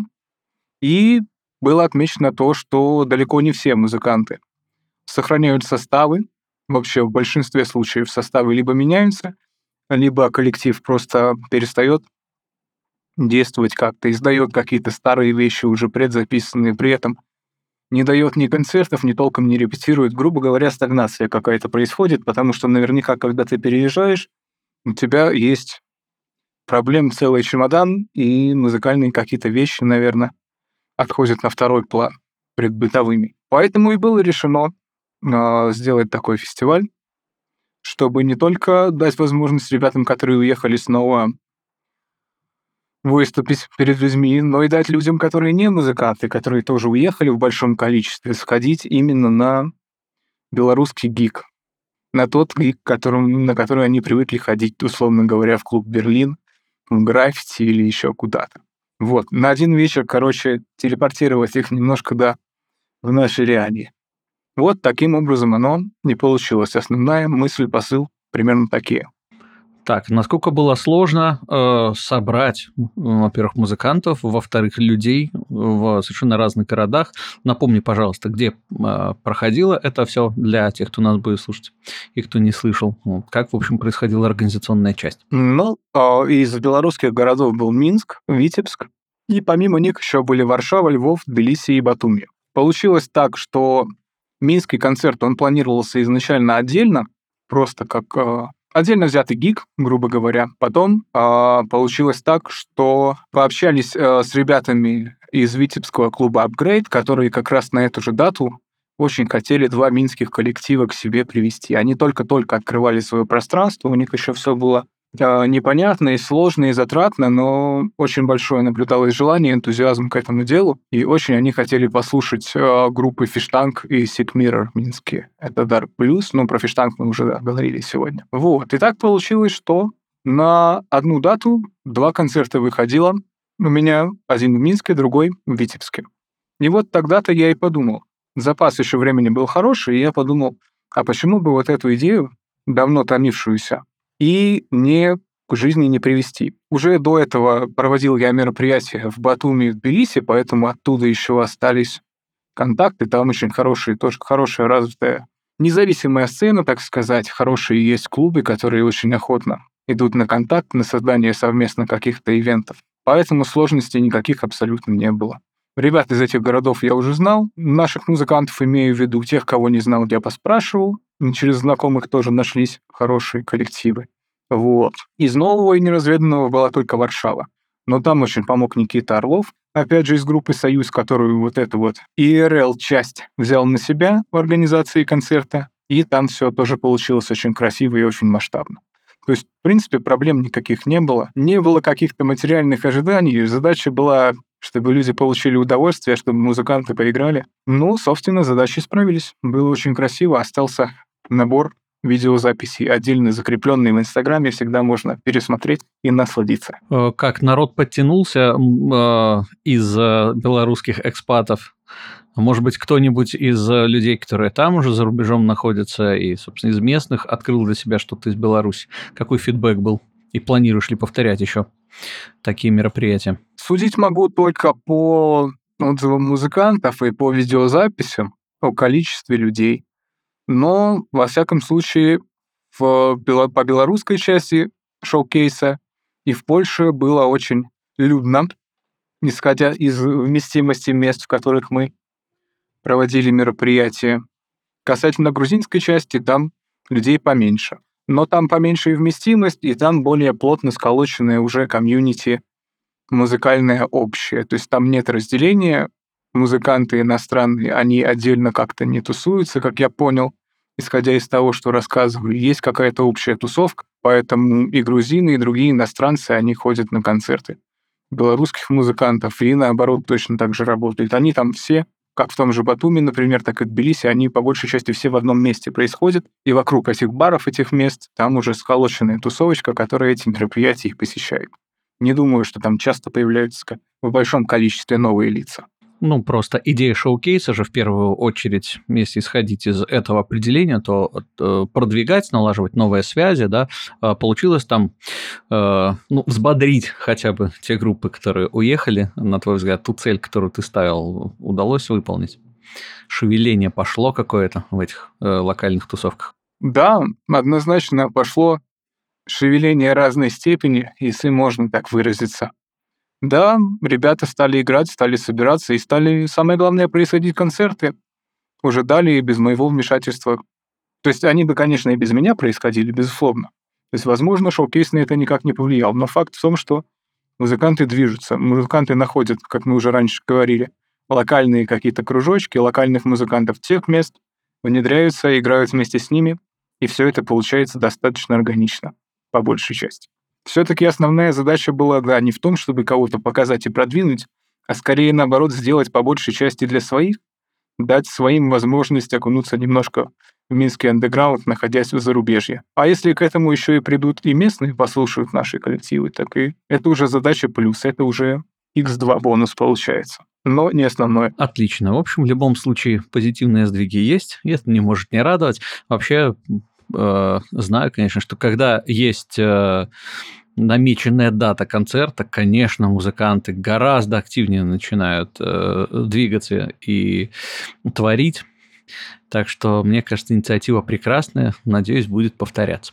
И было отмечено то, что далеко не все музыканты сохраняют составы. Вообще в большинстве случаев составы либо меняются, либо коллектив просто перестает действовать как-то, издает какие-то старые вещи, уже предзаписанные, при этом не дает ни концертов, ни толком не репетирует. Грубо говоря, стагнация какая-то происходит, потому что наверняка, когда ты переезжаешь, у тебя есть проблем целый чемодан, и музыкальные какие-то вещи, наверное, отходят на второй план пред бытовыми. Поэтому и было решено а, сделать такой фестиваль, чтобы не только дать возможность ребятам, которые уехали, снова выступить перед людьми, но и дать людям, которые не музыканты, которые тоже уехали в большом количестве, сходить именно на белорусский гиг, на тот гиг, которым, на который они привыкли ходить, условно говоря, в клуб «Берлин», в граффити или еще куда-то. Вот, на один вечер, короче, телепортировать их немножко, да, в наши реалии. Вот таким образом оно не получилось. Основная мысль, посыл примерно такие. Так, насколько было сложно э, собрать, м, во-первых, музыкантов, во-вторых, людей в совершенно разных городах. Напомни, пожалуйста, где э, проходило это все для тех, кто нас будет слушать и кто не слышал. Вот, как, в общем, происходила организационная часть? Ну, а, из белорусских городов был Минск, Витебск, и помимо них еще были Варшава, Львов, Тбилиси и Батуми. Получилось так, что минский концерт, он планировался изначально отдельно, просто как а, отдельно взятый гиг, грубо говоря. Потом а, получилось так, что пообщались а, с ребятами из витебского клуба Upgrade, которые как раз на эту же дату очень хотели два минских коллектива к себе привести. Они только-только открывали свое пространство, у них еще все было а, непонятно и сложно, и затратно, но очень большое наблюдалось желание, энтузиазм к этому делу, и очень они хотели послушать а, группы Фиштанг и Sick Mirror минские. Это Dark Blues, но про Фиштанг мы уже да, говорили сегодня. Вот, и так получилось, что на одну дату два концерта выходило у меня, один в Минске, другой в Витебске. И вот тогда-то я и подумал, запас еще времени был хороший, и я подумал, а почему бы вот эту идею, давно томившуюся, и не к жизни не привести. Уже до этого проводил я мероприятия в Батуми и в Тбилиси, поэтому оттуда еще остались контакты, там очень хорошие, тоже хорошая развитая независимая сцена, так сказать, хорошие есть клубы, которые очень охотно идут на контакт, на создание совместно каких-то ивентов. Поэтому сложностей никаких абсолютно не было. Ребят из этих городов я уже знал, наших музыкантов имею в виду, тех, кого не знал, я поспрашивал, через знакомых тоже нашлись хорошие коллективы. Вот. Из нового и неразведанного была только Варшава. Но там очень помог Никита Орлов, опять же из группы «Союз», которую вот эту вот и эр эл-часть взял на себя в организации концерта, и там все тоже получилось очень красиво и очень масштабно. То есть, в принципе, проблем никаких не было. Не было каких-то материальных ожиданий. Задача была, чтобы люди получили удовольствие, чтобы музыканты поиграли. Ну, собственно, задачи справились. Было очень красиво. Остался набор видеозаписей, отдельно закрепленные в Инстаграме, всегда можно пересмотреть и насладиться. Э, Как народ подтянулся м, э, из э, белорусских экспатов? Может быть, кто-нибудь из э, людей, которые там уже за рубежом находятся, и, собственно, из местных, открыл для себя что-то из Беларуси? Какой фидбэк был? И планируешь ли повторять еще такие мероприятия? Судить могу только по отзывам музыкантов и по видеозаписям о количестве людей. Но, во всяком случае, в бело- по белорусской части шоу-кейса и в Польше было очень людно, исходя из вместимости мест, в которых мы проводили мероприятия. Касательно грузинской части, там людей поменьше. Но там поменьше и вместимость, и там более плотно сколоченное уже комьюнити музыкальное общее. То есть там нет разделения. Музыканты иностранные, они отдельно как-то не тусуются, как я понял, исходя из того, что рассказывали. Есть какая-то общая тусовка, поэтому и грузины, и другие иностранцы, они ходят на концерты белорусских музыкантов, и наоборот точно так же работают. Они там все, как в том же Батуми, например, так и в Тбилиси, они по большей части все в одном месте происходят, и вокруг этих баров, этих мест, там уже сколоченная тусовочка, которая эти мероприятия их посещает. Не думаю, что там часто появляются ка- в большом количестве новые лица. Ну, просто идея шоу-кейса же в первую очередь, если исходить из этого определения, то э, продвигать, налаживать новые связи, да, э, получилось там, э, ну, взбодрить хотя бы те группы, которые уехали, на твой взгляд, ту цель, которую ты ставил, удалось выполнить? Шевеление пошло какое-то в этих э, локальных тусовках? Да, однозначно пошло шевеление разной степени, если можно так выразиться. Да, ребята стали играть, стали собираться, и стали, самое главное, происходить концерты. Уже далее без моего вмешательства. То есть они бы, конечно, и без меня происходили, безусловно. То есть, возможно, шоу-кейс на это никак не повлиял. Но факт в том, что музыканты движутся. Музыканты находят, как мы уже раньше говорили, локальные какие-то кружочки, локальных музыкантов тех мест, внедряются, играют вместе с ними, и все это получается достаточно органично, по большей части. Все-таки основная задача была, да, не в том, чтобы кого-то показать и продвинуть, а скорее, наоборот, сделать по большей части для своих, дать своим возможность окунуться немножко в минский андеграунд, находясь в зарубежье. А если к этому еще и придут и местные, послушают наши коллективы, так и это уже задача плюс, это уже икс два бонус получается. Но не основное. Отлично. В общем, в любом случае позитивные сдвиги есть, и это не может не радовать. Вообще, э, знаю, конечно, что когда есть э, намеченная дата концерта, конечно, музыканты гораздо активнее начинают э, двигаться и творить. Так что, мне кажется, инициатива прекрасная. Надеюсь, будет повторяться.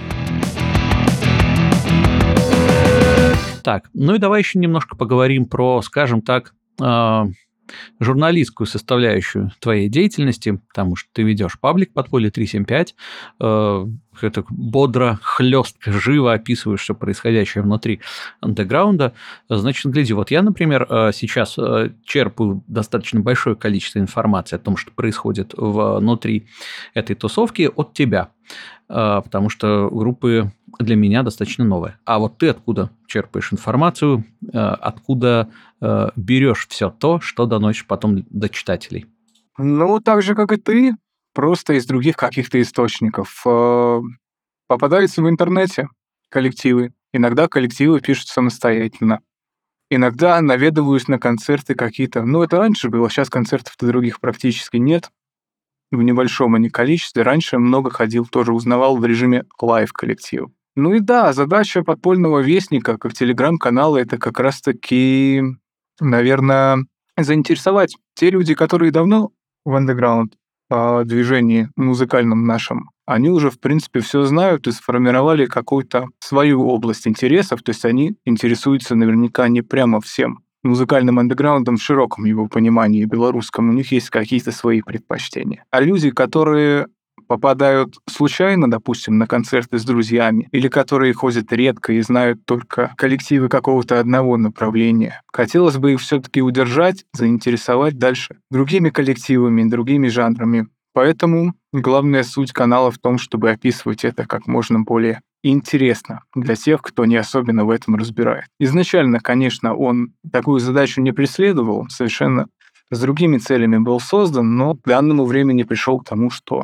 Так, ну и давай еще немножко поговорим про, скажем так, э, журналистскую составляющую твоей деятельности, потому что ты ведешь паблик «Подполье триста семьдесят пять», э, это бодро, хлестко, живо описываешь все происходящее внутри андеграунда. Значит, гляди, вот я, например, э, сейчас э, черпаю достаточно большое количество информации о том, что происходит внутри этой тусовки от тебя, э, потому что группы для меня достаточно новые. А вот ты откуда черпаешь информацию, э, откуда э, берешь все то, что доносишь потом до читателей? Ну, так же, как и ты, просто из других каких-то источников. Э, Попадаются в интернете коллективы. Иногда коллективы пишут самостоятельно. Иногда наведываюсь на концерты какие-то. Ну, это раньше было, сейчас концертов-то других практически нет. В небольшом они количестве. Раньше много ходил, тоже узнавал в режиме лайв-коллектива. Ну и да, задача подпольного вестника, как телеграм-канала, это как раз-таки, наверное, заинтересовать те люди, которые давно в андеграунд а, движении музыкальном нашем, они уже, в принципе, все знают и сформировали какую-то свою область интересов, то есть они интересуются наверняка не прямо всем музыкальным андеграундом в широком его понимании белорусском, у них есть какие-то свои предпочтения. А люди, которые попадают случайно, допустим, на концерты с друзьями, или которые ходят редко и знают только коллективы какого-то одного направления. Хотелось бы их все-таки удержать, заинтересовать дальше другими коллективами, другими жанрами. Поэтому главная суть канала в том, чтобы описывать это как можно более интересно для тех, кто не особенно в этом разбирает. Изначально, конечно, он такую задачу не преследовал, совершенно с другими целями был создан, но к данному времени пришел к тому, что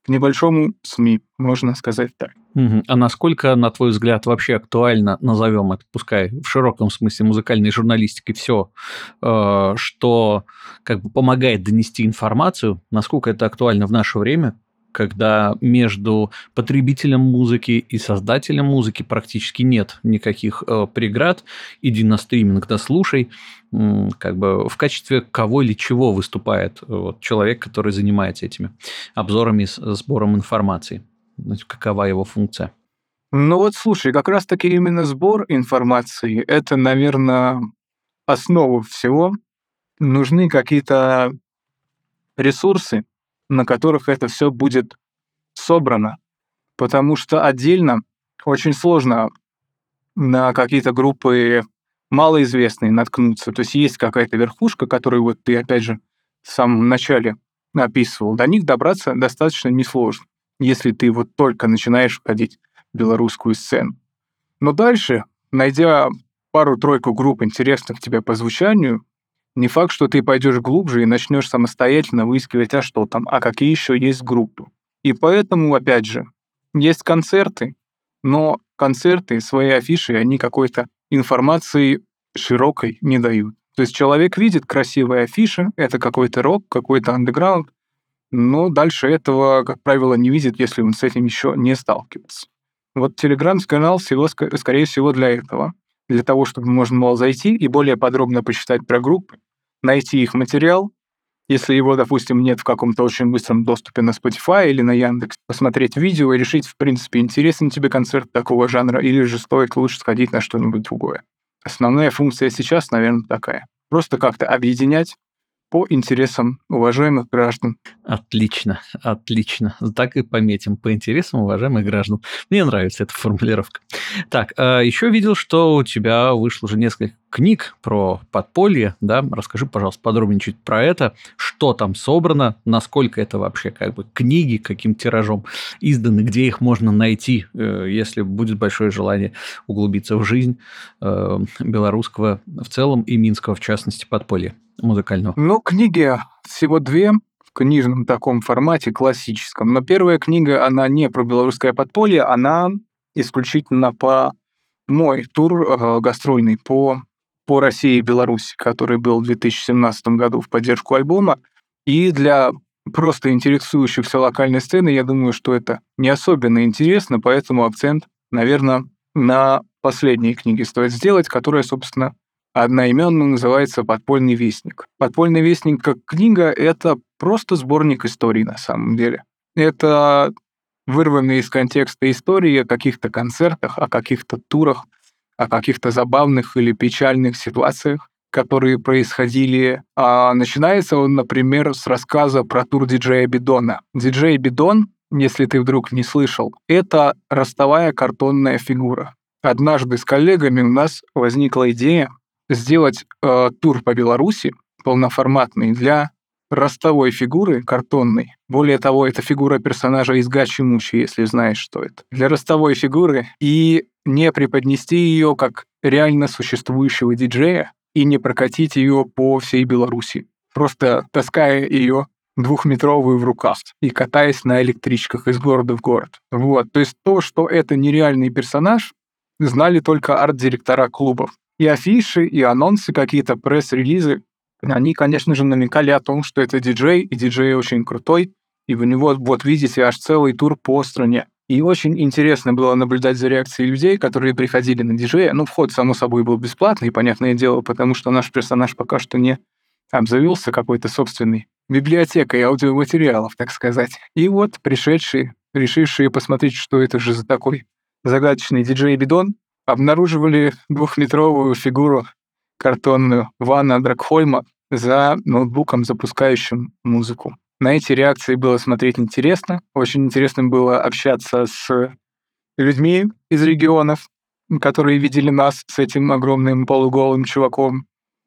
к небольшому СМИ, можно сказать так. Мгм. А насколько, на твой взгляд, вообще актуально, назовем это, пускай в широком смысле музыкальной журналистики, все, что как бы помогает донести информацию, насколько это актуально в наше время, когда между потребителем музыки и создателем музыки практически нет никаких э, преград, иди на стриминг, да слушай, М, как бы в качестве кого или чего выступает э, вот, человек, который занимается этими обзорами, с- сбором информации. Значит, какова его функция? Ну вот слушай, как раз-таки именно сбор информации — это, наверное, основа всего. Нужны какие-то ресурсы, на которых это все будет собрано, потому что отдельно очень сложно на какие-то группы малоизвестные наткнуться. То есть есть какая-то верхушка, которую вот ты, опять же, в самом начале описывал. До них добраться достаточно несложно, если ты вот только начинаешь входить в белорусскую сцену. Но дальше, найдя пару-тройку групп, интересных тебе по звучанию, не факт, что ты пойдешь глубже и начнешь самостоятельно выискивать, а что там, а какие еще есть группы. И поэтому, опять же, есть концерты, но концерты, свои афиши, они какой-то информации широкой не дают. То есть человек видит красивые афиши, это какой-то рок, какой-то андеграунд, но дальше этого, как правило, не видит, если он с этим еще не сталкивался. Вот Телеграм-канал всего, ск- скорее всего, для этого. Для того, чтобы можно было зайти и более подробно почитать про группы, найти их материал, если его, допустим, нет в каком-то очень быстром доступе на Spotify или на Яндекс, посмотреть видео и решить, в принципе, интересен тебе концерт такого жанра или же стоит лучше сходить на что-нибудь другое. Основная функция сейчас, наверное, такая. Просто как-то объединять по интересам уважаемых граждан. Отлично, отлично. Так и пометим по интересам уважаемых граждан. Мне нравится эта формулировка. Так, еще видел, что у тебя вышло уже несколько книг про подполье, да? Расскажи, пожалуйста, подробнее чуть про это, что там собрано, насколько это вообще как бы книги, каким тиражом изданы, где их можно найти, э, если будет большое желание углубиться в жизнь э, белорусского в целом и минского, в частности, подполья музыкального. Ну, книги всего две в книжном таком формате, классическом. Но первая книга, она не про белорусское подполье, она исключительно по мой тур э, гастрольный по, по России и Беларуси, который был в две тысячи семнадцатом году в поддержку альбома. И для просто интересующихся локальной сцены, я думаю, что это не особенно интересно, поэтому акцент, наверное, на последней книге стоит сделать, которая, собственно, одноименно называется «Подпольный вестник». «Подпольный вестник» как книга — это просто сборник историй на самом деле. Это вырванные из контекста истории о каких-то концертах, о каких-то турах, о каких-то забавных или печальных ситуациях, которые происходили. А начинается он, например, с рассказа про тур диджея Бидона. Диджей Бидон, если ты вдруг не слышал, это ростовая картонная фигура. Однажды с коллегами у нас возникла идея сделать э, тур по Беларуси полноформатный для ростовой фигуры картонной. Более того, это фигура персонажа из Гачи Мучи, если знаешь, что это. Для ростовой фигуры и не преподнести ее как реально существующего диджея и не прокатить ее по всей Беларуси, просто таская ее двухметровую в руках и катаясь на электричках из города в город. Вот. То есть то, что это нереальный персонаж, знали только арт-директора клубов. И афиши, и анонсы, какие-то пресс-релизы, они, конечно же, намекали о том, что это диджей, и диджей очень крутой, и у него, вот видите, аж целый тур по стране. И очень интересно было наблюдать за реакцией людей, которые приходили на диджея. Ну, вход, само собой, был бесплатный, понятное дело, потому что наш персонаж пока что не обзавелся какой-то собственной библиотекой аудиоматериалов, так сказать. И вот пришедшие, решившие посмотреть, что это же за такой загадочный диджей Бидон, обнаруживали двухметровую фигуру картонную Вана Дракхольма за ноутбуком, запускающим музыку. На эти реакции было смотреть интересно. Очень интересно было общаться с людьми из регионов, которые видели нас с этим огромным полуголым чуваком,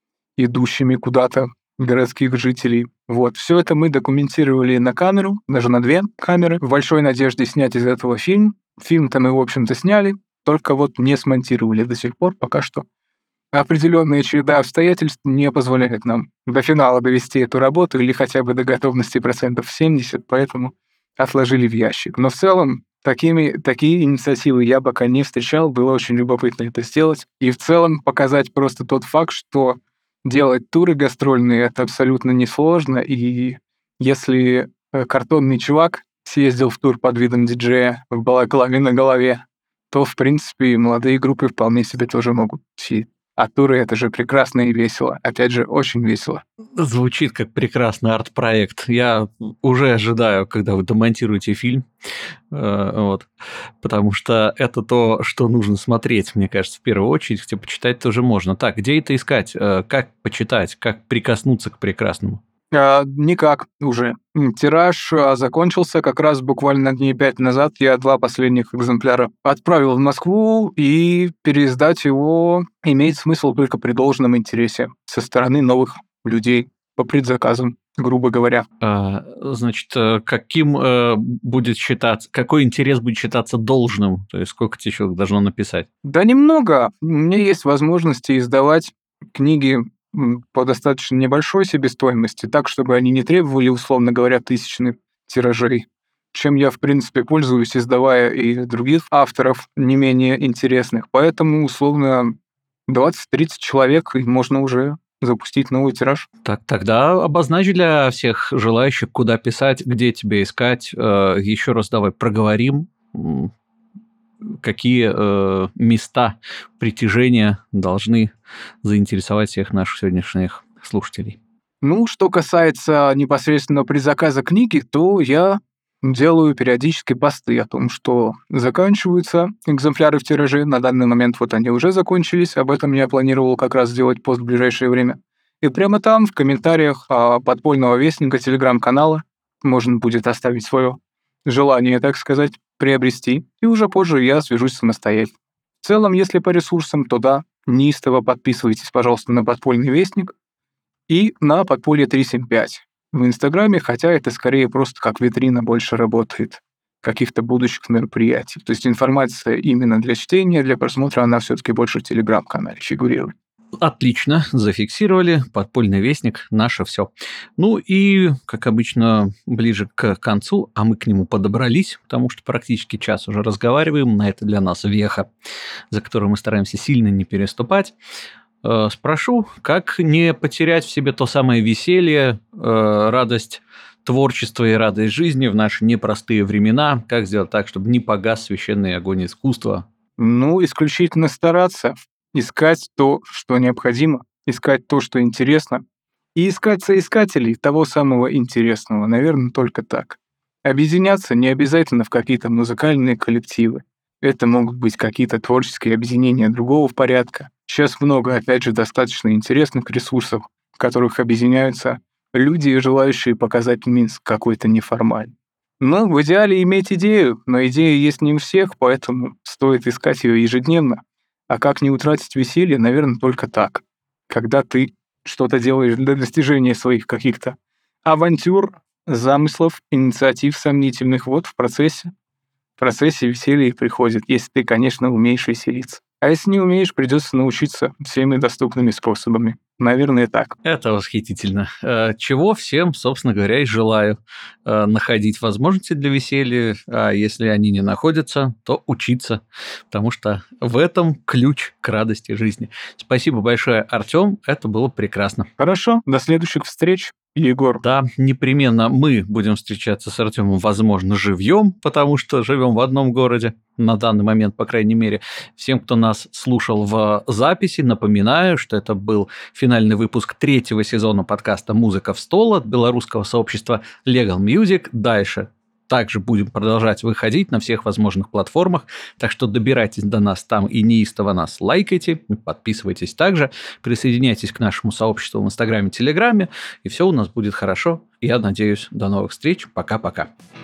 идущими куда-то, городских жителей. Вот. Все это мы документировали на камеру, даже на две камеры, в большой надежде снять из этого фильм. Фильм-то мы, в общем-то, сняли, только вот не смонтировали до сих пор, пока что. Определенная череда обстоятельств не позволяет нам до финала довести эту работу или хотя бы до готовности процентов семьдесят, поэтому отложили в ящик. Но в целом такими, такие инициативы я пока не встречал, было очень любопытно это сделать. И в целом показать просто тот факт, что делать туры гастрольные — это абсолютно несложно, и если э, картонный чувак съездил в тур под видом диджея в балаклаве на голове, то, в принципе, молодые группы вполне себе тоже могут съездить. А туры — это же прекрасно и весело. Опять же, очень весело. Звучит как прекрасный арт-проект. Я уже ожидаю, когда вы домонтируете фильм, вот, потому что это то, что нужно смотреть, мне кажется, в первую очередь, хотя почитать тоже можно. Так, где это искать? Как почитать? Как прикоснуться к прекрасному? А, никак уже. Тираж а, закончился как раз буквально дней пять назад. Я два последних экземпляра отправил в Москву, и переиздать его имеет смысл только при должном интересе со стороны новых людей по предзаказам, грубо говоря. А, значит, каким э, будет считаться, какой интерес будет считаться должным? То есть сколько тебе человек должно написать? Да немного. У меня есть возможности издавать книги по достаточно небольшой себестоимости, так, чтобы они не требовали, условно говоря, тысячных тиражей, чем я, в принципе, пользуюсь, издавая и других авторов не менее интересных. Поэтому, условно, двадцать-тридцать человек, и можно уже запустить новый тираж. Так, тогда обозначь для всех желающих, куда писать, где тебе искать. Еще раз давай проговорим, какие э, места притяжения должны заинтересовать всех наших сегодняшних слушателей. Ну, что касается непосредственно предзаказа книги, то я делаю периодически посты о том, что заканчиваются экземпляры в тираже. На данный момент вот они уже закончились. Об этом я планировал как раз сделать пост в ближайшее время. И прямо там, в комментариях подпольного вестника телеграм-канала, можно будет оставить свое желание, так сказать, приобрести, и уже позже я свяжусь самостоятельно. В целом, если по ресурсам, то да, неистово подписывайтесь, пожалуйста, на подпольный вестник и на подполье триста семьдесят пять в Инстаграме, хотя это скорее просто как витрина больше работает каких-то будущих мероприятий. То есть информация именно для чтения, для просмотра, она все-таки больше в Телеграм-канале фигурирует. Отлично, зафиксировали. Подпольный вестник — наше все. Ну и, как обычно, ближе к концу, а мы к нему подобрались, потому что практически час уже разговариваем, на это для нас веха, за которую мы стараемся сильно не переступать. Спрошу, как не потерять в себе то самое веселье, радость творчества и радость жизни в наши непростые времена, как сделать так, чтобы не погас священный огонь искусства? Ну, исключительно стараться. Искать то, что необходимо, искать то, что интересно, и искать соискателей того самого интересного, наверное, только так. Объединяться не обязательно в какие-то музыкальные коллективы. Это могут быть какие-то творческие объединения другого порядка. Сейчас много, опять же, достаточно интересных ресурсов, в которых объединяются люди, желающие показать Минск какой-то неформальный. Но в идеале иметь идею, но идея есть не у всех, поэтому стоит искать ее ежедневно. А как не утратить веселье, наверное, только так. Когда ты что-то делаешь для достижения своих каких-то авантюр, замыслов, инициатив сомнительных, вот в процессе, в процессе веселье и приходит, если ты, конечно, умеешь веселиться. А если не умеешь, придется научиться всеми доступными способами. Наверное, так. Это восхитительно. Чего всем, собственно говоря, и желаю. Находить возможности для веселья, а если они не находятся, то учиться, потому что в этом ключ к радости жизни. Спасибо большое, Артём, это было прекрасно. Хорошо, до следующих встреч, Егор. Да, непременно мы будем встречаться с Артёмом, возможно, живьем, потому что живем в одном городе, на данный момент, по крайней мере. Всем, кто нас слушал в записи, напоминаю, что это был финальный выпуск третьего сезона подкаста «Музыка в стол» от белорусского сообщества Legal Music. Дальше также будем продолжать выходить на всех возможных платформах, так что добирайтесь до нас там и неистово нас лайкайте, подписывайтесь также, присоединяйтесь к нашему сообществу в Инстаграме, Телеграме, и все у нас будет хорошо. Я надеюсь, до новых встреч. Пока-пока.